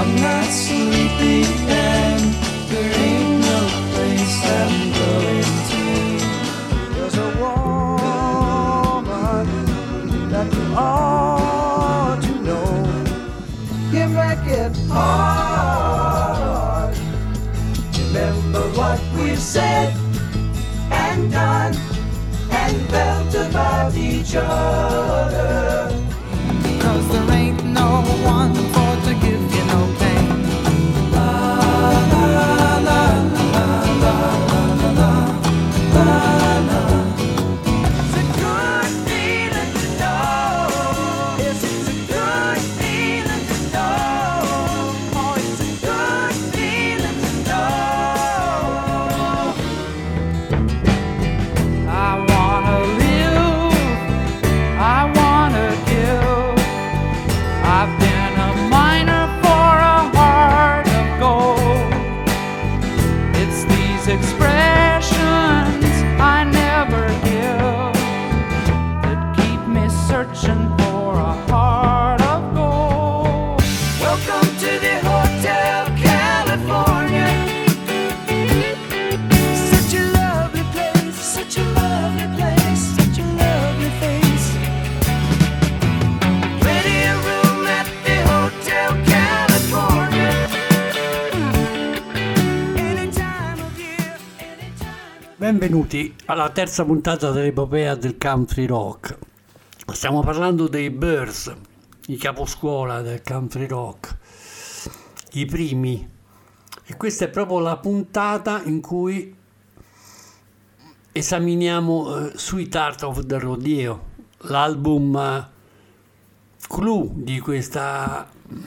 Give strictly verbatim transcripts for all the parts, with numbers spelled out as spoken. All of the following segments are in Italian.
I'm not sleepy and there ain't no place I'm going to. There's a woman that you ought to know. You make it hard. Remember what we've said and done and felt about each other. 'Cause there ain't no one for to give you no pain. La la la la la la la la la. It's a good feeling to know. Yes, it's a good feeling to know. Oh, it's a good feeling to know. I wanna live, I wanna give. I've been a miner for a heart of gold. It's these expressions I never give that keep me searching for a heart of gold. Welcome to the Hotel California. Such a lovely place, such a lovely place, such a lovely face. Ready a room at the Hotel California. Any time of year, any time of... Benvenuti alla terza puntata dell'epopea del country rock. Stiamo parlando dei Byrds, i caposcuola del country rock, i primi. E questa è proprio la puntata in cui esaminiamo eh, Sweet Heart of the Rodeo, l'album eh, clou di questa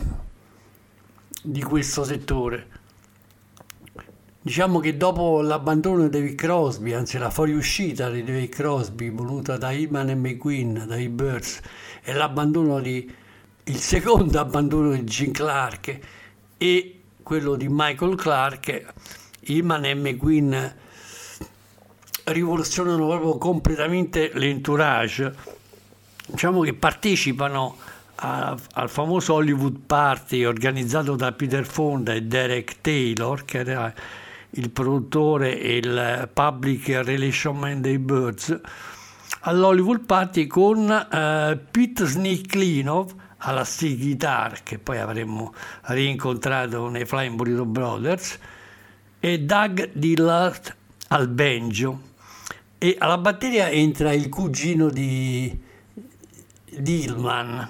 di questo settore. Diciamo che dopo l'abbandono di David Crosby, anzi la fuoriuscita di David Crosby voluta da Hillman e McQueen, dai Byrds, e l'abbandono di il secondo abbandono di Gene Clark e quello di Michael Clark, Hillman e McQueen rivoluzionano proprio completamente l'entourage. Diciamo che partecipano a, al famoso Hollywood Party organizzato da Peter Fonda e Derek Taylor, che era il produttore e il public relation man dei Byrds, all'Hollywood Party con eh, Pete Sneaklinov alla steel guitar, che poi avremmo rincontrato nei Flying Burrito Brothers, e Doug Dillard al banjo, e alla batteria entra il cugino di, di Hillman,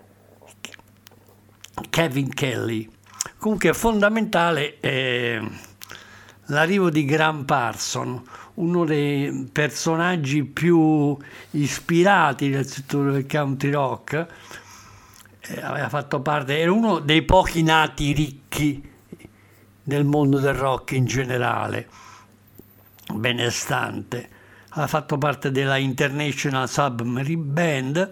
Kevin Kelly. Comunque è fondamentale eh, l'arrivo di Graham Parsons, uno dei personaggi più ispirati del settore del country rock. Eh, aveva fatto parte, era uno dei pochi nati ricchi del mondo del rock in generale, benestante. Ha fatto parte della International Submarine Band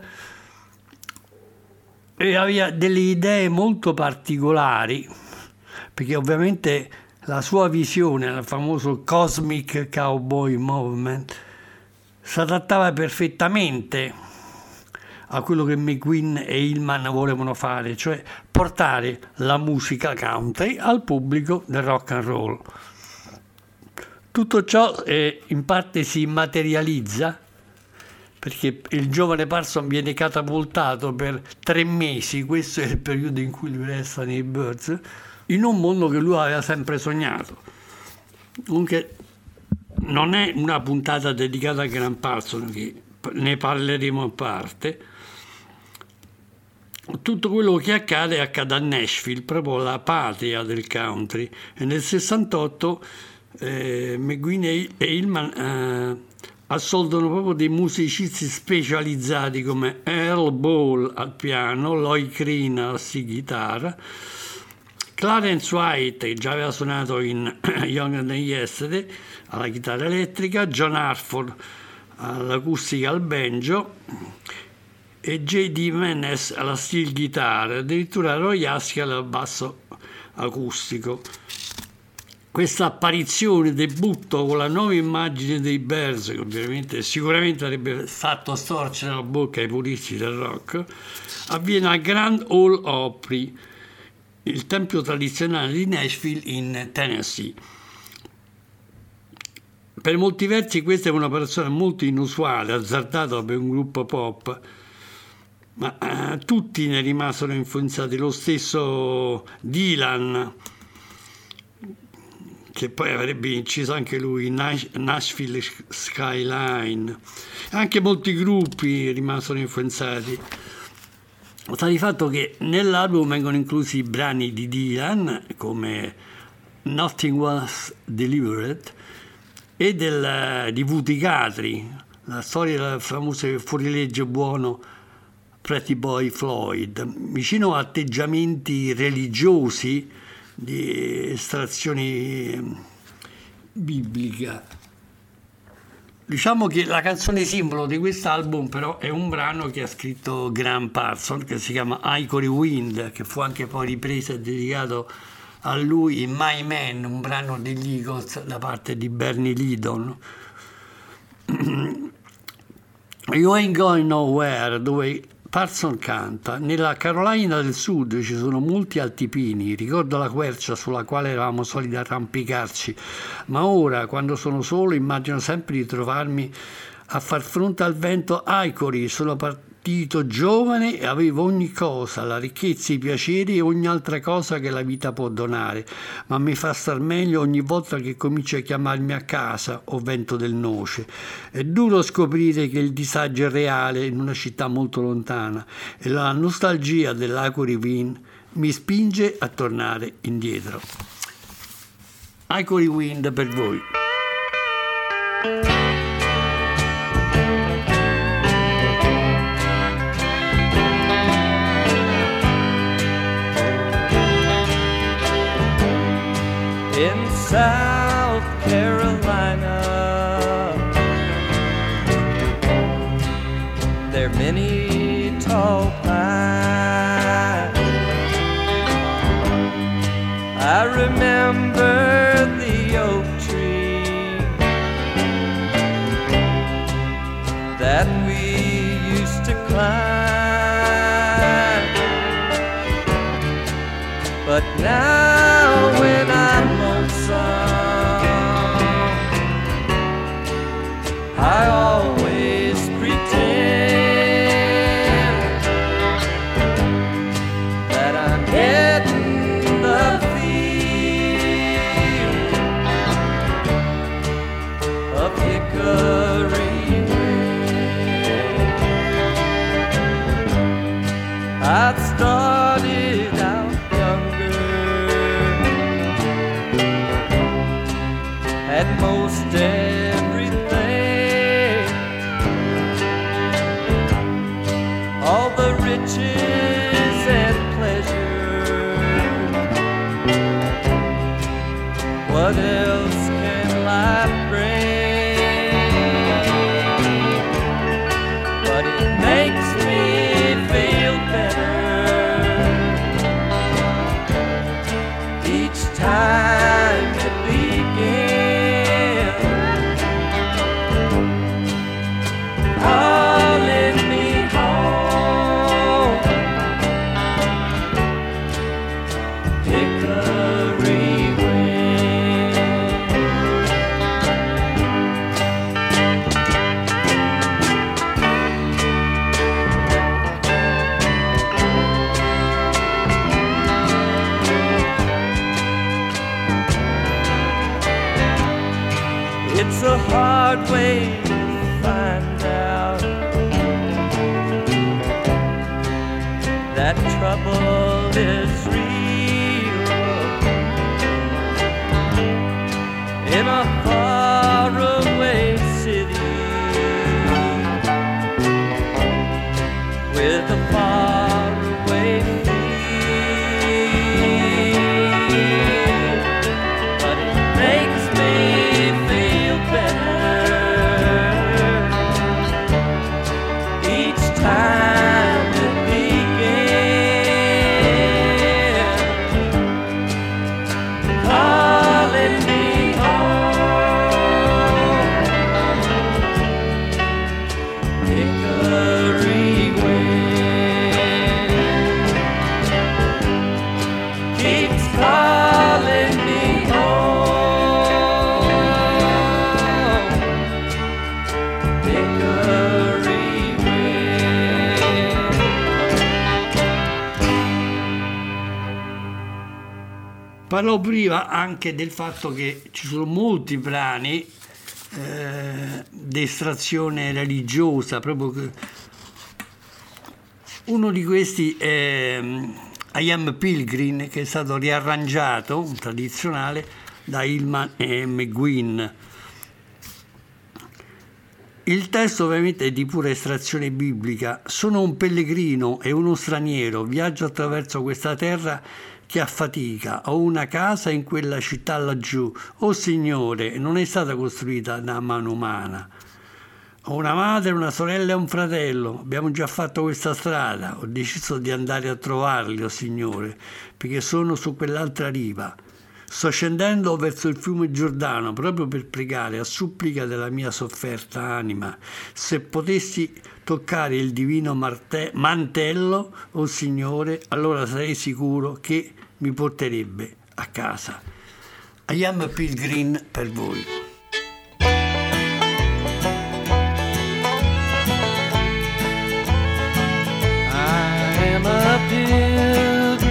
e aveva delle idee molto particolari, perché ovviamente la sua visione, il famoso Cosmic Cowboy Movement, si adattava perfettamente a quello che McQueen e Hillman volevano fare, cioè portare la musica country al pubblico del rock and roll. Tutto ciò eh, in parte si materializza perché il giovane Parsons viene catapultato per tre mesi, questo è il periodo in cui lui resta nei Byrds, in un mondo che lui aveva sempre sognato. Comunque non è una puntata dedicata a Graham Parsons, che ne parleremo a parte. Tutto quello che accade accade a Nashville, proprio la patria del country, e nel sessantotto eh, McQueen e Hillman eh, assoldano proprio dei musicisti specializzati come Earl Ball al piano, Lloyd Green alla steel guitar, Clarence White, che già aveva suonato in Younger Than Yesterday, alla chitarra elettrica, John Hartford all'acustica al banjo e J D Menes alla steel guitar, addirittura Roy Haskell al basso acustico. Questa apparizione, debutto con la nuova immagine dei Byrds, che ovviamente sicuramente avrebbe fatto storcere la bocca ai puristi del rock, avviene al Grand Ole Opry il tempio tradizionale di Nashville in Tennessee. Per molti versi questa è un'operazione molto inusuale, azzardata per un gruppo pop, ma eh, tutti ne rimasero influenzati, lo stesso Dylan, che poi avrebbe inciso anche lui Nash- Nashville Skyline. Anche molti gruppi rimasero influenzati. Sta di fatto che nell'album vengono inclusi brani di Dylan come Nothing Was Delivered e del, di Woody Guthrie, la storia del famoso fuorilegge buono Pretty Boy Floyd, vicino a atteggiamenti religiosi di estrazione biblica. Diciamo che la canzone simbolo di quest'album però è un brano che ha scritto Graham Parsons, che si chiama Ivory Wind, che fu anche poi ripreso e dedicato a lui in My Man, un brano degli Eagles da parte di Bernie Lidon. You Ain't Going Nowhere, dove Parsons canta: nella Carolina del Sud ci sono molti altipini, ricordo la quercia sulla quale eravamo soliti arrampicarci, ma ora, quando sono solo, immagino sempre di trovarmi a far fronte al vento Ivory. Sono partito giovane e avevo ogni cosa, la ricchezza, i piaceri e ogni altra cosa che la vita può donare, ma mi fa star meglio ogni volta che cominci a chiamarmi a casa, o vento del noce. È duro scoprire che il disagio è reale in una città molto lontana e la nostalgia dell'Ivory Wind mi spinge a tornare indietro. Ivory Wind per voi. In South Carolina, there are many tall pines. I remember the oak tree that we used to climb, but now when I'm I always pretend that I'm getting the feel of Hickory Wind. I'd started out younger, had most everything, all the riches and pleasure. What else can life bring? But it makes me feel better each time it begins, calling me home, Hickory Wind. It's a hard way to find out that trouble is real in a faraway city with a faraway feel. But it makes me feel better each time it begins, calling me home. Parlò prima anche del fatto che ci sono molti brani eh, di estrazione religiosa, proprio che uno di questi è I Am Pilgrim, che è stato riarrangiato, un tradizionale, da Hillman e McGuinn. Il testo ovviamente è di pura estrazione biblica. Sono un pellegrino e uno straniero, viaggio attraverso questa terra che affatica, ho una casa in quella città laggiù, oh Signore, non è stata costruita da mano umana. Ho una madre, una sorella e un fratello, abbiamo già fatto questa strada, ho deciso di andare a trovarli, oh Signore, perché sono su quell'altra riva. Sto scendendo verso il fiume Giordano proprio per pregare a supplica della mia sofferta anima. Se potessi toccare il divino marte- mantello, oh Signore, allora sarei sicuro che mi porterebbe a casa. I Am Pilgrim per voi. I am a pilgrim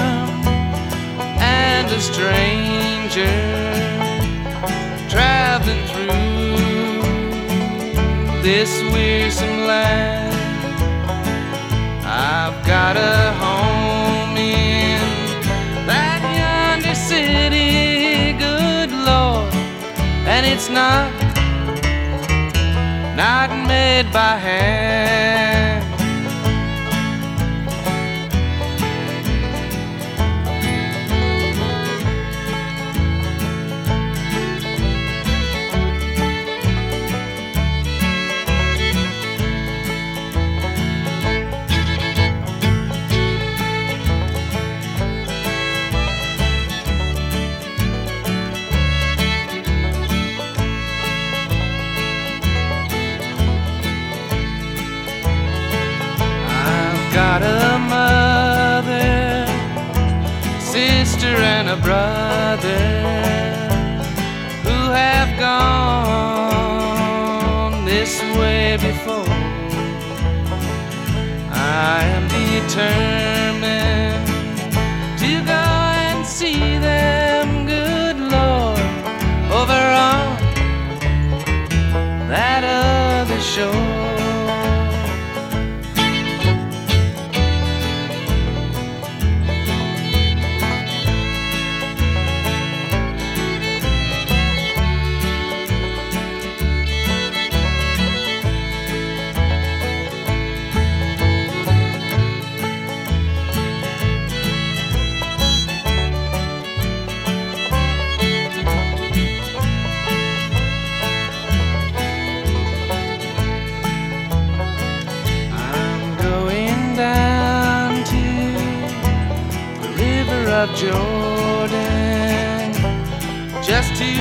and a stranger, traveling through this wearisome land. I've got a home in that yonder city, good Lord, and it's not, not made by hand. Got a mother, sister and a brother who have gone this way before. I am determined to go and see them, good Lord, over on that other shore. Of Jordan, just to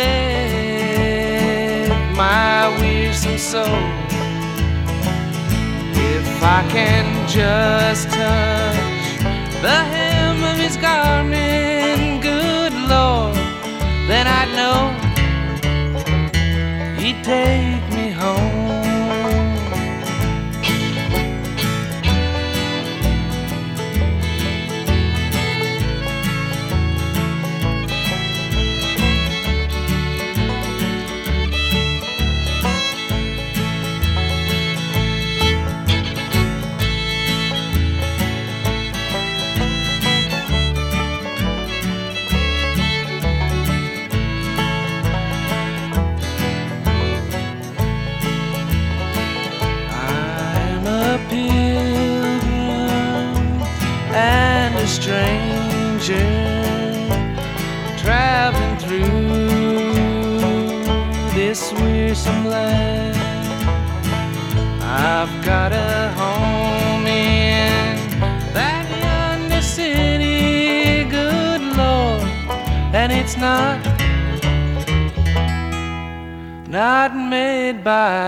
beg my wearisome soul. If I can just touch the hem of his garment, good Lord, then I'd know he'd take me home. Stranger traveling through this wearisome land. I've got a home in that yonder city, good Lord, and it's not, not made by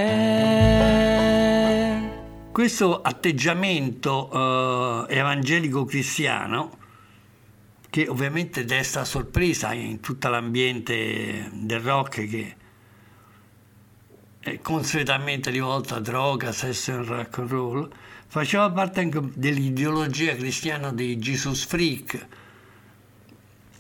hand. Questo atteggiamento uh, evangelico cristiano, che ovviamente desta sorpresa in tutto l'ambiente del rock, che è consuetamente rivolto a droga, sesso e rock and roll, faceva parte anche dell'ideologia cristiana dei Jesus Freak,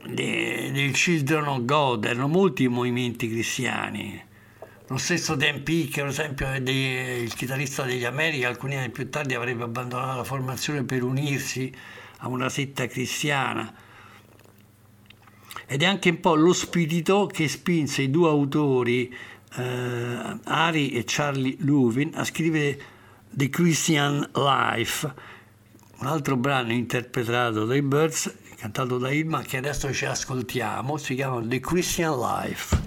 dei Children of God, erano molti i movimenti cristiani. Lo stesso Dan Peake, per esempio, dei, il chitarrista degli America, alcuni anni più tardi avrebbe abbandonato la formazione per unirsi a una setta cristiana. Ed è anche un po' lo spirito che spinse i due autori, eh, Harry e Charlie Louvin, a scrivere The Christian Life, un altro brano interpretato dai Byrds, cantato da Irma, che adesso ci ascoltiamo, si chiama The Christian Life.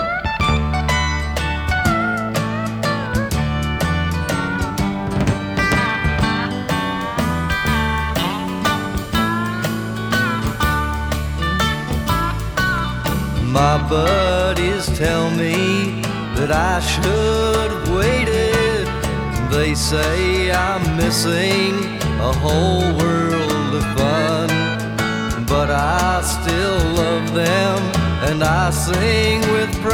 My buddies tell me that I should have waited. They say I'm missing a whole world of fun, but I still love them and I sing with pride.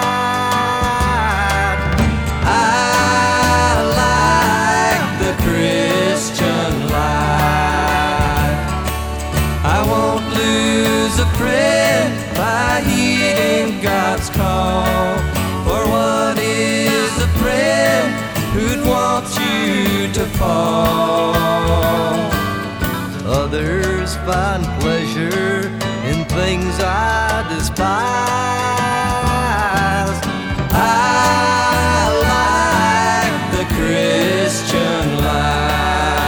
I like the Christian life. I won't lose a friend by heeding God's call. For what is a friend who'd want you to fall? Others find pleasure in things I despise. I like the Christian life.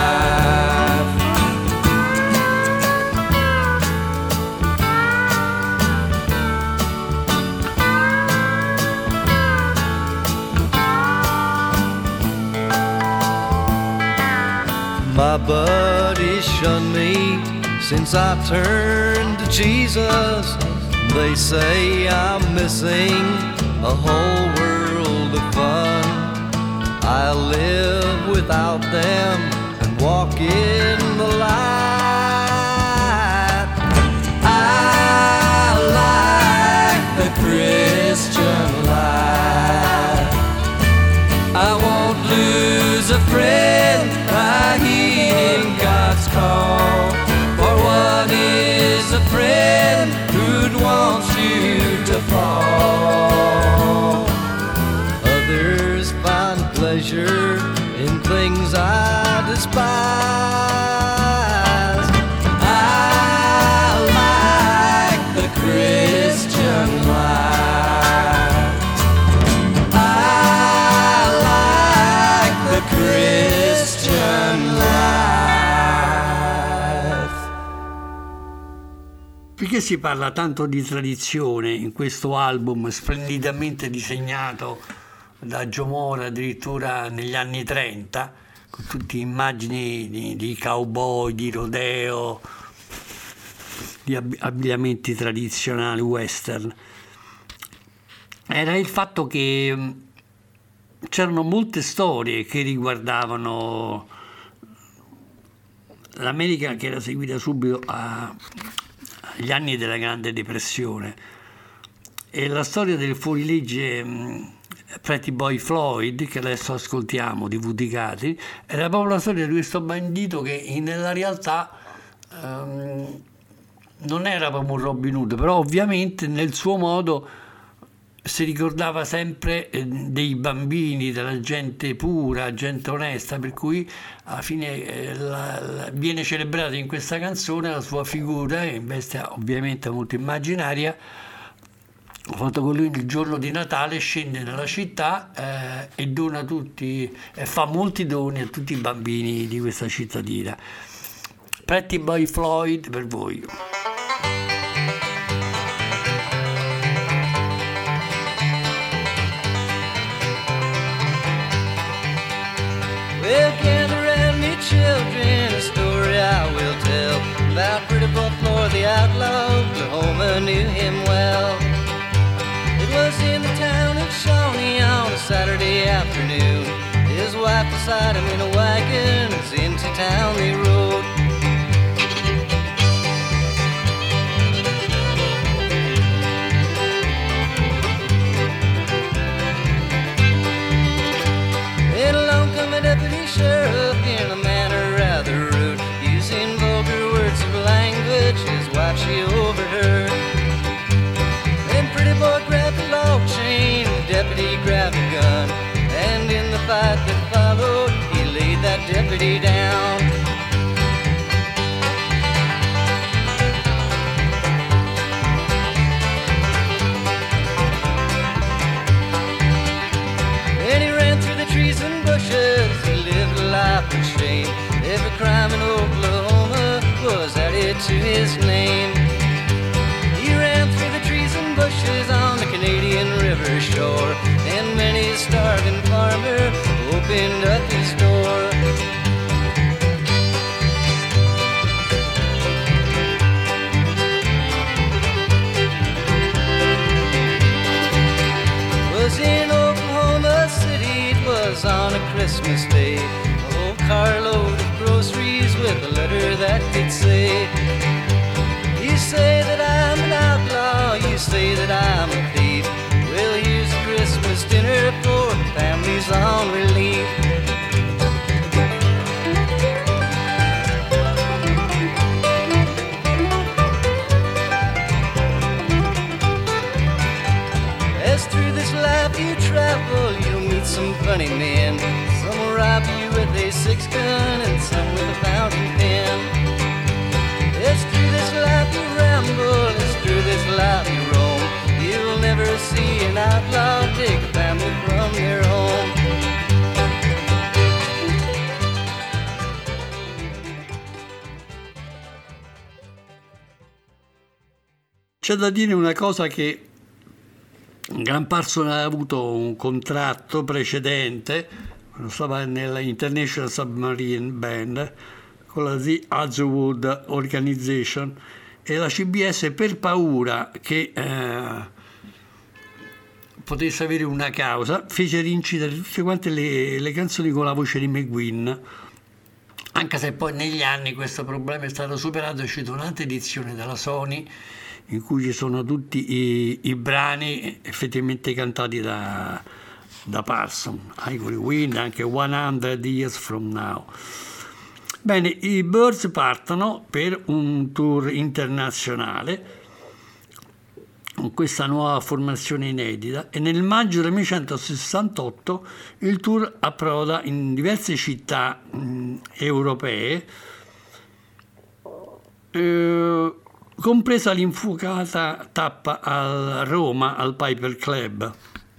My buddies shun me since I turned to Jesus. They say I'm missing a whole world of fun. I live without them and walk in the light. I like the Christian life. I won't lose a friend by heeding God's call. For what is a friend who'd want you to fall? Others find pleasure in things I despise. I like the Christian life. I like the Christian life. Perché si parla tanto di tradizione in questo album splendidamente disegnato da Joe Moore addirittura negli anni trenta, con tutte immagini di, di cowboy, di rodeo, di abbigliamenti tradizionali western? Era il fatto che c'erano molte storie che riguardavano l'America, che era seguita subito a, agli anni della Grande Depressione, e la storia del fuorilegge Pretty Boy Floyd, che adesso ascoltiamo, di Vudicati, era proprio la storia di questo bandito che nella realtà um, non era proprio un Robin Hood, però ovviamente nel suo modo si ricordava sempre dei bambini, della gente pura, gente onesta, per cui alla fine eh, la, la, viene celebrata in questa canzone la sua figura, in bestia ovviamente molto immaginaria. Ho fatto con lui il giorno di Natale, scende nella città eh, e dona tutti, e fa molti doni a tutti i bambini di questa cittadina. Pretty Boy Floyd per voi. Well, gather round me, children, a story I will tell about Pretty Boy Floyd, the outlaw. Oklahoma knew him well. It was in the town of Shawnee on a Saturday afternoon. His wife beside him in a wagon, as into town they rode. Then along come a deputy sheriff in a manner rather rude, using vulgar words of language his wife she overheard. credit to his name. He ran through the trees and bushes on the Canadian River shore, and many a starving farmer opened up his door. Was in Oklahoma City, it was on a Christmas day. A whole carload of groceries with a letter that could say, you say that I'm an outlaw, you say that I'm a thief. Well, here's a Christmas dinner for families on relief. As through this life you travel, you'll meet some funny men. Some will rob you with a six gun and some with a fountain pen. As through this life you ramble, as through this life you roam, you'll never see an outlaw take a family from their home. C'è da dire una cosa, che Graham Parsons ha avuto un contratto precedente, quando stava nella International Submarine Band con la The Hazelwood Organization, e la C B S, per paura che eh, potesse avere una causa, fece rincidere tutte quante le, le canzoni con la voce di McGuinn, anche se poi negli anni questo problema è stato superato. È uscita un'altra edizione della Sony in cui ci sono tutti i, i brani effettivamente cantati da, da Parsons, Ivory Wind, anche hundred Years From Now. Bene, i Byrds partono per un tour internazionale con questa nuova formazione inedita, e nel maggio del millenovecentosessantotto il tour approda in diverse città mh, europee, eh, compresa l'infuocata tappa a Roma al Piper Club.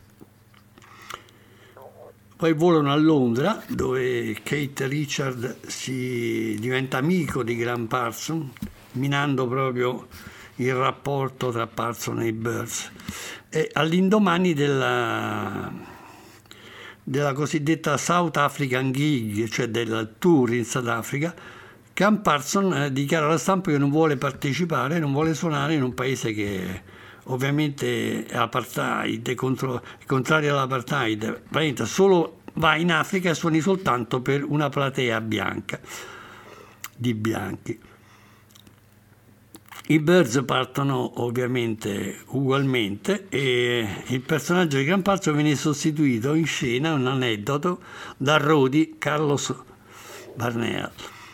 Poi volano a Londra, dove Keith Richards si diventa amico di Graham Parsons, minando proprio il rapporto tra Parsons e i Byrds. E all'indomani della, della cosiddetta South African Gig, cioè del tour in South Africa, Graham Parsons eh, dichiara alla stampa che non vuole partecipare, non vuole suonare in un paese che ovviamente è apartheid, è contro, è contrario all'apartheid. Praticamente solo va in Africa e suoni soltanto per una platea bianca, di bianchi. I Byrds partono ovviamente ugualmente, e il personaggio di Graham Parsons viene sostituito in scena, un aneddoto, da Roddy Carlos Barnea.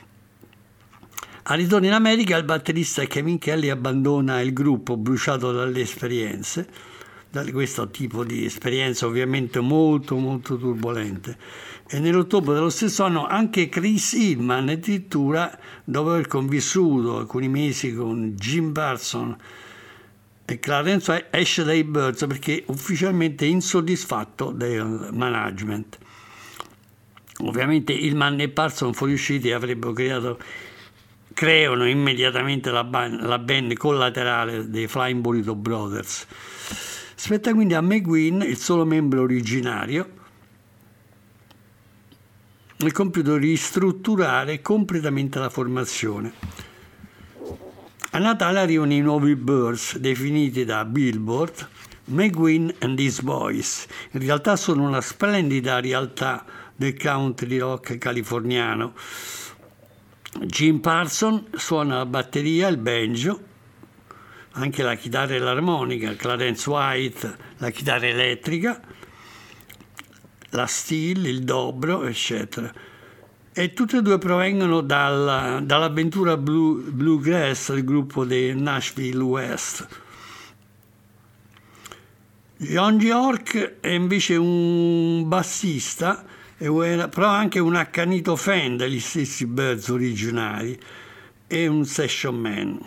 Al ritorno in America il batterista Kevin Kelly abbandona il gruppo, bruciato dalle esperienze, da questo tipo di esperienze ovviamente molto molto turbolente, e nell'ottobre dello stesso anno anche Chris Hillman, addirittura dopo aver convissuto alcuni mesi con Jim Parsons e Clarence, esce dai Byrds perché ufficialmente insoddisfatto del management. Ovviamente Hillman e Parsons fuoriusciti avrebbero creato creano immediatamente la band, la band collaterale dei Flying Burrito Brothers. Spetta quindi a McGuinn, il solo membro originario, il compito di ristrutturare completamente la formazione. A Natale arrivano i nuovi Byrds, definiti da Billboard McGuinn and His Boys. In realtà sono una splendida realtà del country rock californiano. Jim Parsons suona la batteria, il banjo, anche la chitarra e l'armonica, Clarence White la chitarra elettrica, la steel, il dobro, eccetera. E tutte e due provengono dalla, dall'avventura blue, bluegrass del gruppo dei Nashville West. John York è invece un bassista, però anche un accanito fan degli stessi Byrds originari, e un session man. In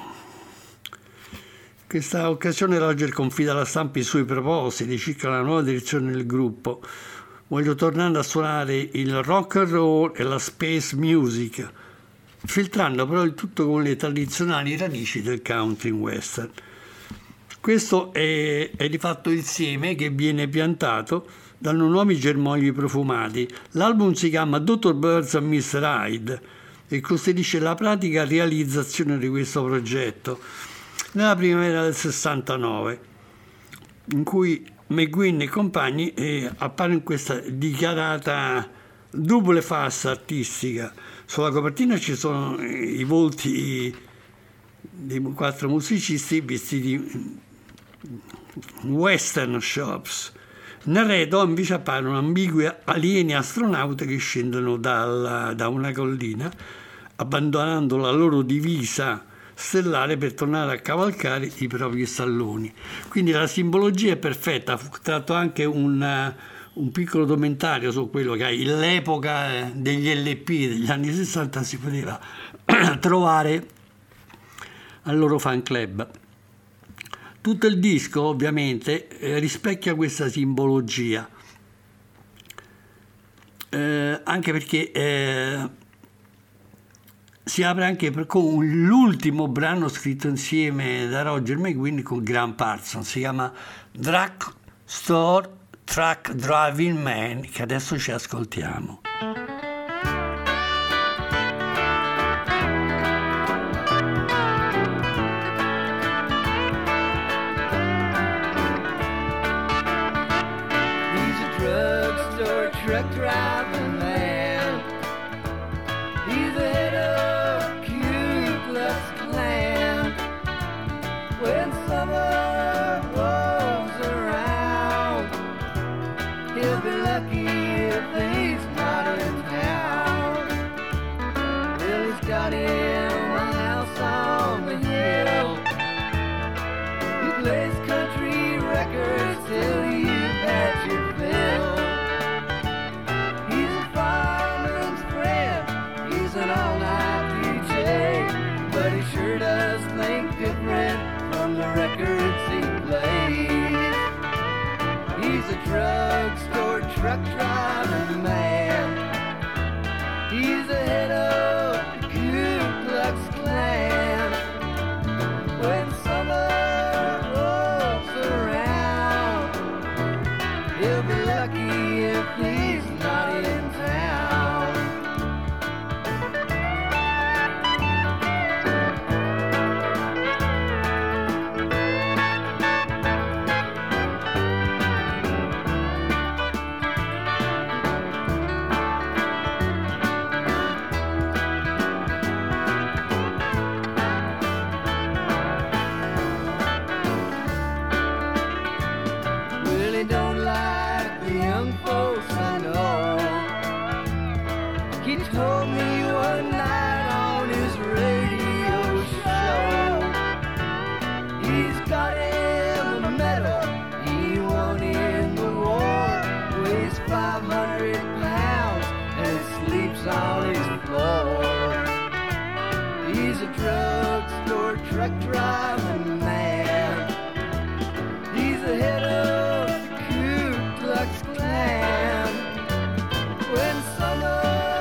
questa occasione Roger confida alla stampa i suoi propositi circa la nuova direzione del gruppo. Voglio tornare a suonare il rock and roll e la space music, filtrando però il tutto con le tradizionali radici del country western. Questo è, è di fatto il seme che viene piantato, danno nuovi germogli profumati. L'album si chiama doctor Birds and mister Hyde e costituisce la pratica realizzazione di questo progetto nella primavera del sessantanove, in cui McGuinn e compagni eh, appaiono in questa dichiarata double face artistica. Sulla copertina ci sono i volti dei quattro musicisti vestiti in western shops. Nel retro invece appaiono ambigui alieni astronauti che scendono dal, da una collina, abbandonando la loro divisa stellare per tornare a cavalcare i propri stalloni. Quindi la simbologia è perfetta. Fu tratto anche un, un piccolo documentario su quello che è l'epoca degli L P degli anni sessanta, si poteva trovare al loro fan club. Tutto il disco ovviamente eh, rispecchia questa simbologia, eh, anche perché eh, si apre anche per, con l'ultimo brano scritto insieme da Roger McGuinn con Graham Parsons, si chiama Drug Store Truck Driving Man, che adesso ci ascoltiamo. Truck driving man, he's the head of Ku Klux Klan. When summer rolls around, he'll be lucky if he's not in town. Well, he's got him a house on the hill. He plays country records till you've had your fill. An all-night D J, but he sure does think different from the records he plays. He's a drugstore truck driving man. He's the head of the Ku Klux Klan. When summer rolls around, he'll be lucky if he's not in town. Told me one night on his radio show, he's got him a medal he won in the war. Weighs five hundred pounds and sleeps on his floor. He's a drugstore truck driving man. He's the head of the Ku Klux Klan. When summer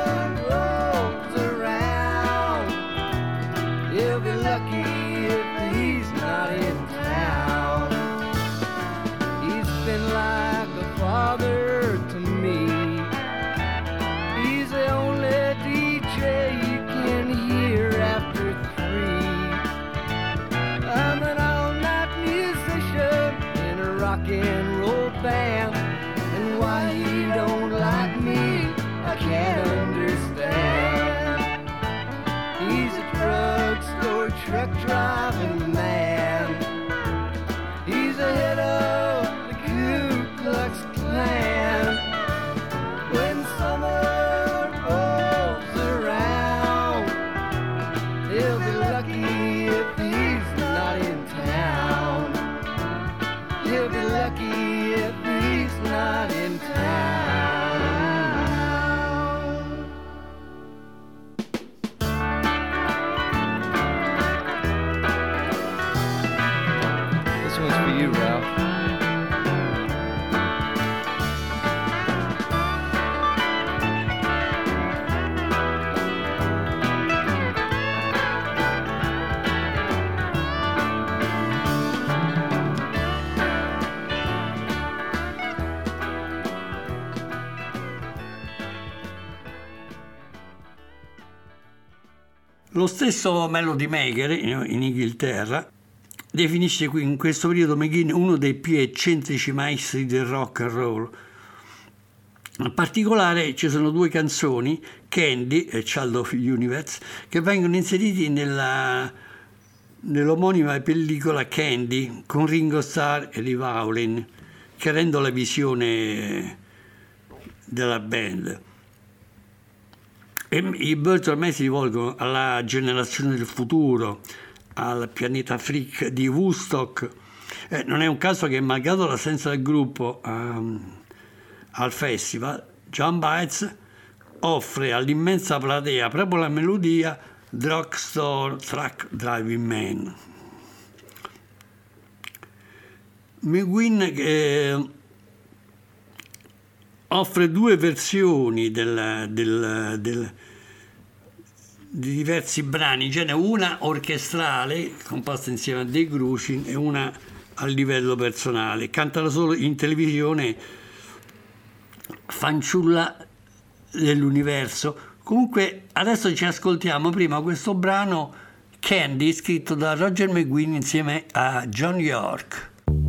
lucky if he's not in town. He's been like a father to me. He's the only D J you can hear after three. I'm an all-night musician in a rock and roll band, and why he don't like me I can't understand. He's a drugstore truck driving man. He's the head of the Ku Klux Klan. When summer rolls around, he'll be lucky if he's not in town. He'll be lucky if he's not in town. You, Ralph. Lo stesso Melody Maker in Inghilterra definisce qui in questo periodo McGuinn uno dei più eccentrici maestri del rock and roll. In particolare ci sono due canzoni, Candy e Child of Universe, che vengono inseriti nella, nell'omonima pellicola Candy con Ringo Starr e Liv Howlin, che rendono la visione della band. E i Birds ormai si rivolgono alla generazione del futuro, al pianeta freak di Woodstock. Eh, non è un caso che, malgrado l'assenza del gruppo um, al festival, John Baez offre all'immensa platea proprio la melodia Drugstore Truck Driving Man. McGuinn eh, offre due versioni del, del, del, di diversi brani, cioè una orchestrale composta insieme a Dave Grusin e una a livello personale. Cantano solo in televisione Fanciulla dell'universo. Comunque adesso ci ascoltiamo prima questo brano Candy, scritto da Roger McGuinn insieme a John York.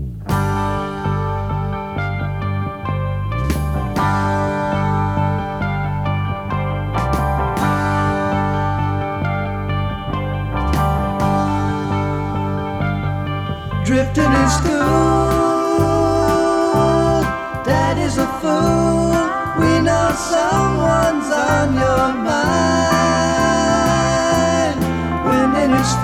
Drifting in school, Daddy's a fool. We know someone's on your mind. Wind in his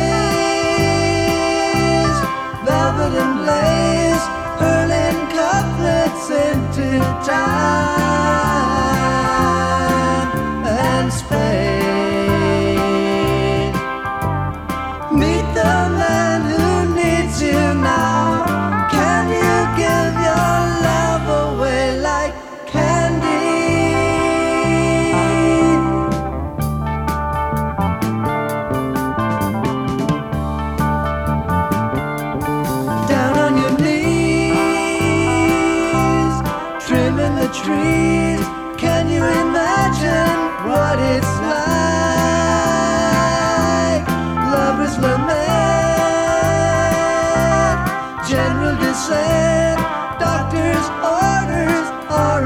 face, velvet and lace, hurling couplets into time and space. Meet the man who needs you now. Can you give your love away like trees? Can you imagine what it's like? Lover's lament, general dissent, doctor's orders are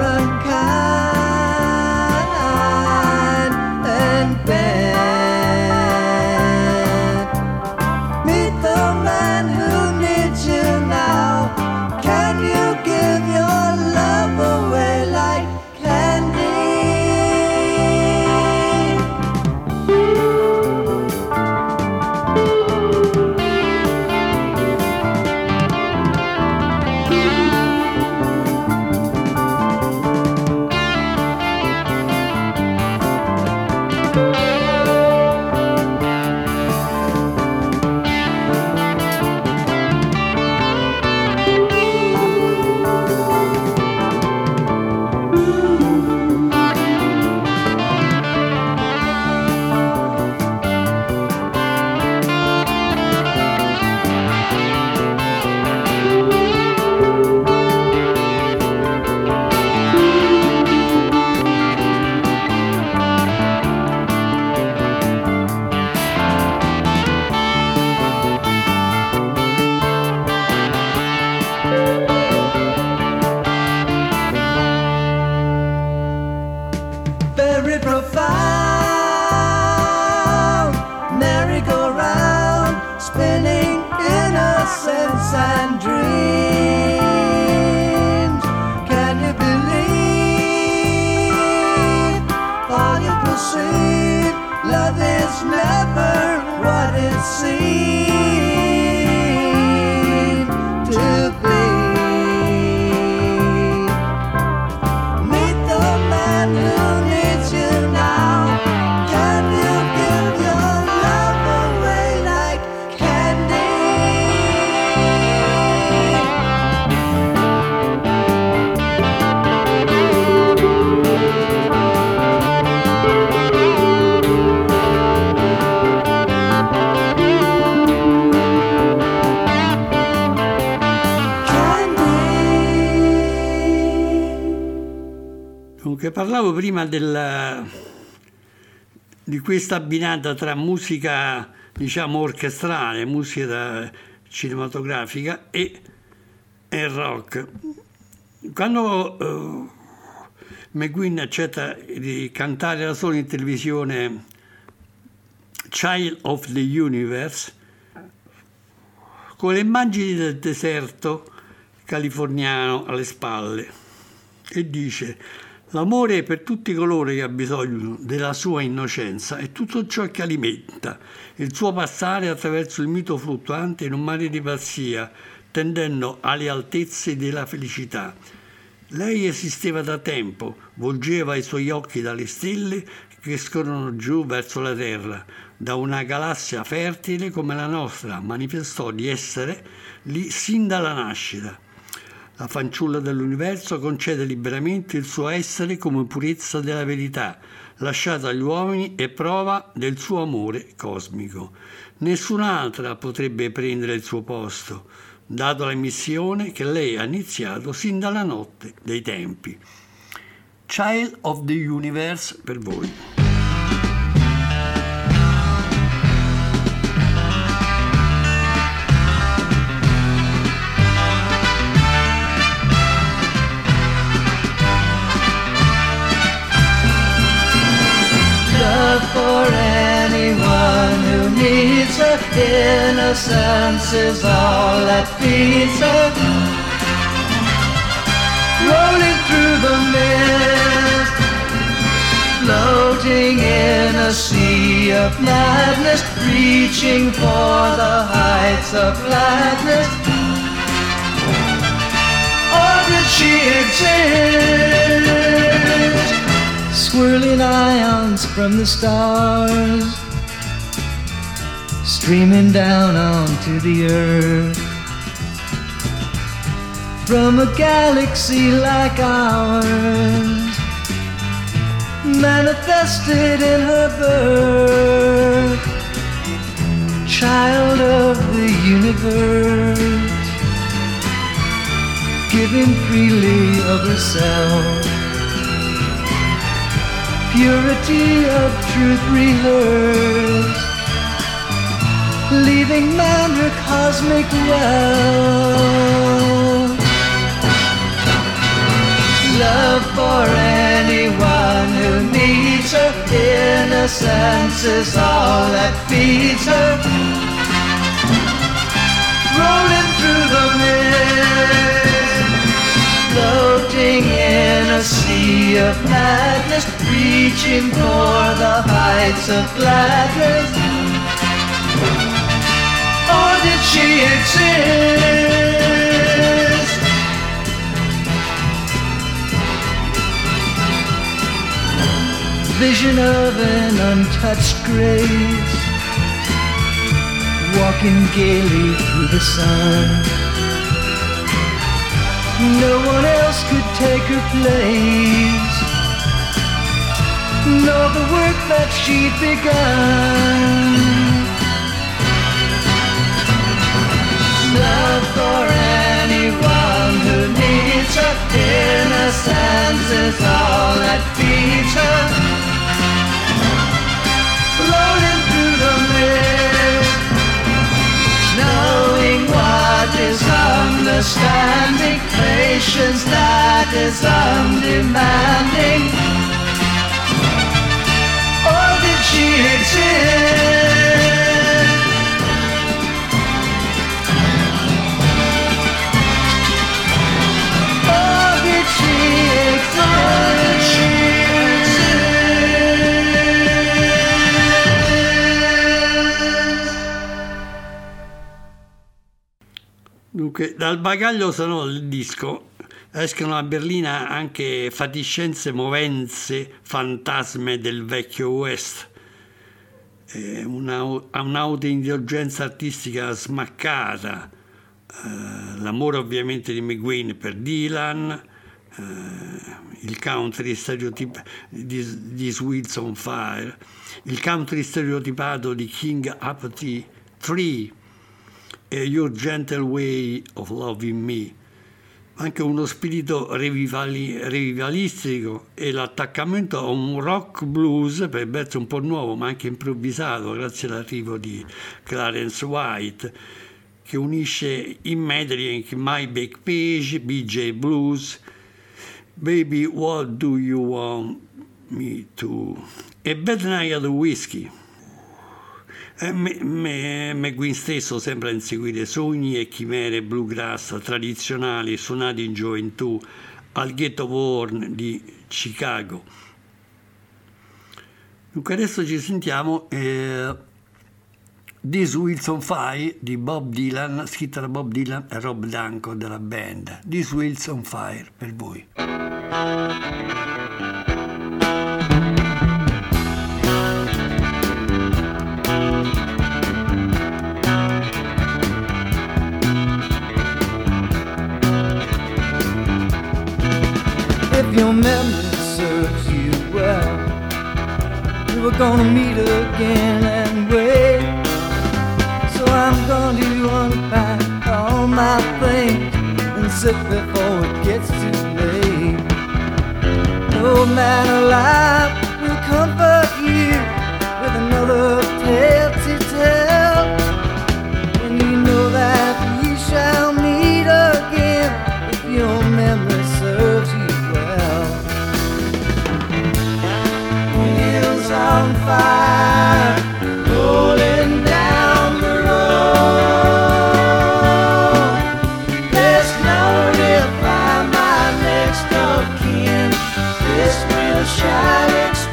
unkind and bent. Meet the man who needs you now. Can you give your love away like candy? Very profound, merry-go-round, spinning innocence and dreams. Can you believe all you perceive? Love is never what it seems to be. Meet the man who needs you now. Can you give your love away like candy? Comunque parlavo prima del, di questa abbinata tra musica, diciamo, orchestrale, musica cinematografica e, e rock. Quando uh, McGuinn accetta di cantare da solo in televisione Child of the Universe, con le immagini del deserto californiano alle spalle, e dice: l'amore per tutti coloro che hanno bisogno della sua innocenza è tutto ciò che alimenta il suo passare attraverso il mito fluttuante in un mare di pazzia, tendendo alle altezze della felicità. Lei esisteva da tempo, volgeva i suoi occhi dalle stelle che scorrono giù verso la terra. Da una galassia fertile come la nostra manifestò di essere lì sin dalla nascita. La fanciulla dell'universo concede liberamente il suo essere come purezza della verità, lasciata agli uomini e prova del suo amore cosmico. Nessun'altra potrebbe prendere il suo posto, dato la missione che lei ha iniziato sin dalla notte dei tempi. Child of the Universe per voi. For anyone who needs her, innocence is all that feeds her. Rolling through the mist, floating in a sea of madness, reaching for the heights of gladness. Or did she exist? Swirling ions from the stars, streaming down onto the earth, from a galaxy like ours, manifested in her birth, child of the universe, giving freely of herself, purity of truth rehearsed, leaving man her cosmic wealth. Love for anyone who needs her, innocence is all that feeds her. Rolling through the mist, floating in a sea of madness, reaching for the heights of gladness. Or did she exist? Vision of an untouched grace, walking gaily through the sun. No one else could take her place, nor the work that she'd begun. Love for anyone who needs her, innocence is all that feeds her. Floating through the mist, knowing what is understanding, patience that is undemanding. Or did she exist? Or did she exist? Or did she Dunque, dal bagaglio sonoro del disco escono a Berlina anche fatiscenze movenze fantasme del vecchio West, eh, una, un'autoindulgenza artistica smaccata, eh, l'amore ovviamente di McGuinn per Dylan, eh, il country stereotip di, di Sweets on Fire, il country stereotipato di King Up Tree e Your Gentle Way of Loving Me. anche uno spirito revivali, revivalistico e l'attaccamento a un rock blues per verso un po' nuovo ma anche improvvisato grazie all'arrivo di Clarence White, che unisce in medley My Back Page, B J Blues, Baby What Do You Want Me To e Bad Night at the Whiskey. Eh, me, me, McGuinn stesso sembra inseguire sogni e chimere bluegrass tradizionali suonati in gioventù al Ghetto Worn di Chicago. Dunque adesso ci sentiamo eh, This Wheels on Fire di Bob Dylan, scritta da Bob Dylan e Rob Danko della band. This Wheels on Fire per voi. If your memory serves you well, we were gonna meet again and wait. So I'm gonna unpack all my things and sit before it gets too late. No man alive will comfort you with another tale to tell. And you know that we shall meet again if your memory serves you well. Wheels on fire, rolling down the road. Let's notify my next of kin. This wheel shall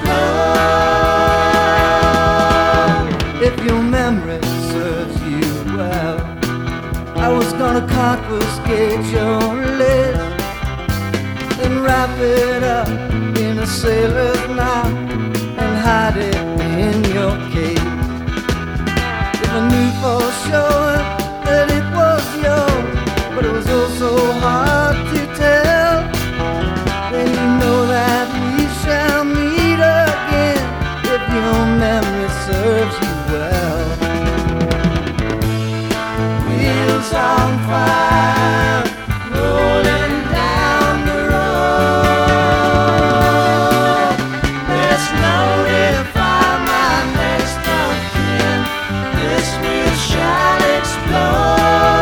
explode. If your memory serves you well, I was gonna confiscate your list and wrap it up in a sailor's knot and hide it in your cage. If I knew for sure that it was yours, but it was oh so hard to tell, then you know that we shall meet again if your memory serves you well. Wheels on fire, rolling down the road. Let's notify my next of kin. This wheel shall explode.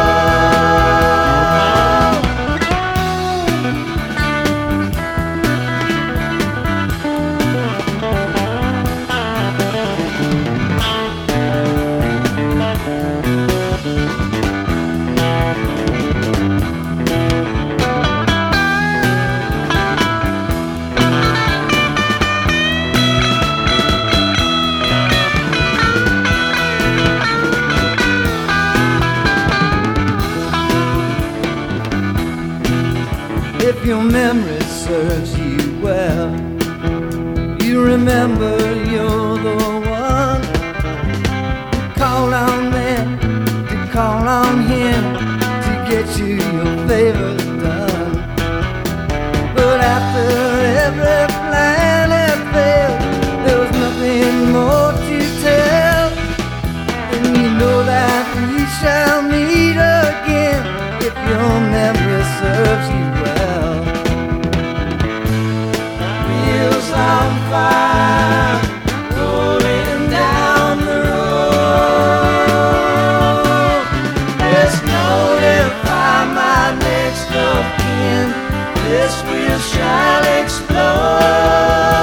If your memory serves you well, you remember you're the one. Call on them to call on him to get you your favors done. But after every plan had failed, there was nothing more to tell. And you know that we shall meet again if your memory serves you well. Wheels on fire, rolling down the road. Let's notify my next of kin. This wheel shall explode.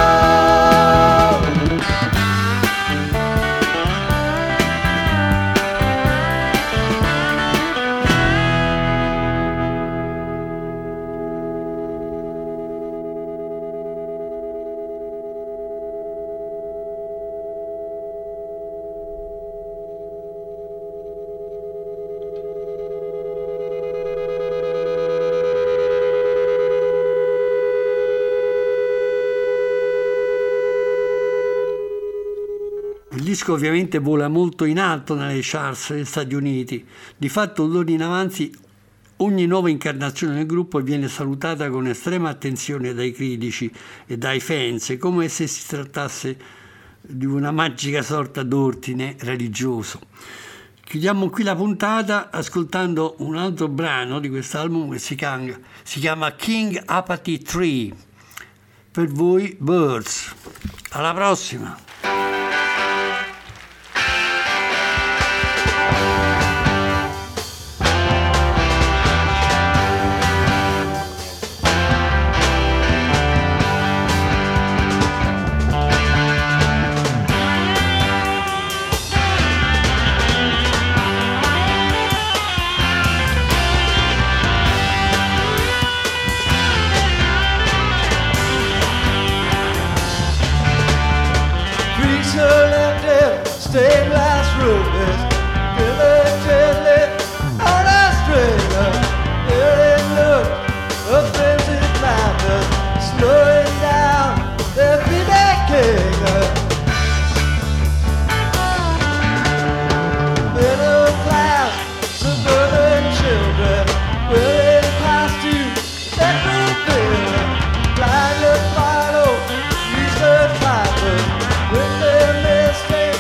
Il disco ovviamente vola molto in alto nelle charts degli Stati Uniti. Di fatto, d'ora in avanti, ogni nuova incarnazione del gruppo viene salutata con estrema attenzione dai critici e dai fans, come se si trattasse di una magica sorta d'ordine religioso Chiudiamo qui la puntata ascoltando un altro brano di quest'album che si chiama, si chiama King Apathy Tree. Per voi Birds. Alla prossima! Stained glass roses, diligently on a string. There ain't look of frenzied madness, slowing down their feedback king. Middle class, suburban children, wearing costumes that will fill. Blindly follow research fibers with their mistakes.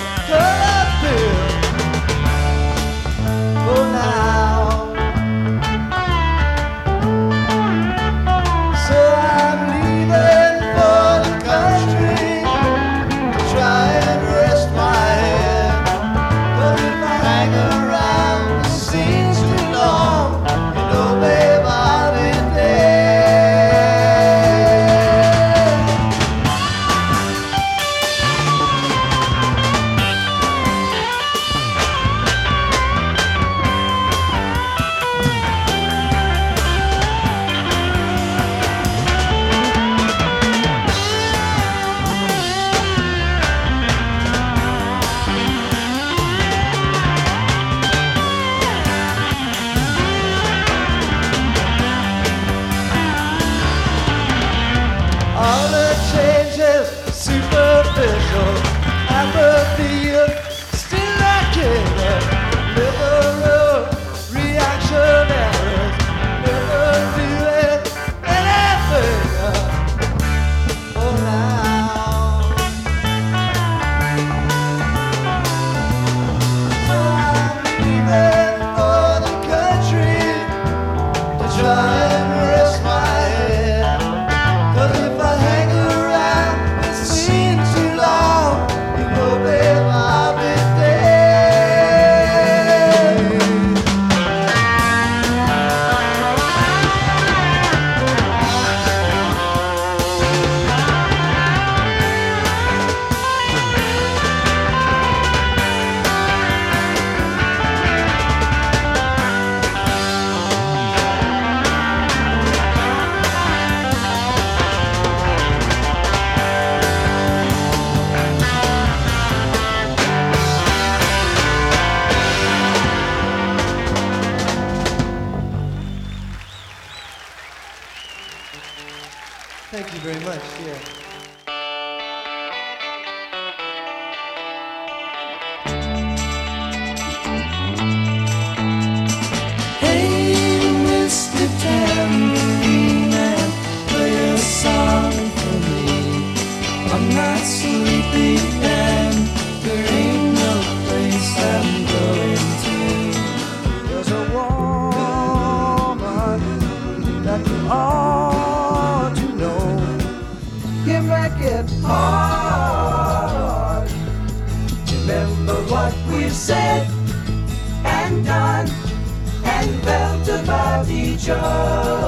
Thank you very much. Yeah. Hey, Mister Tambourine Man, play a song for me. I'm not sleepy and there ain't no place I'm going to. There's a woman that you ought to know. You make it hard. Remember what we've said and done and felt about each other.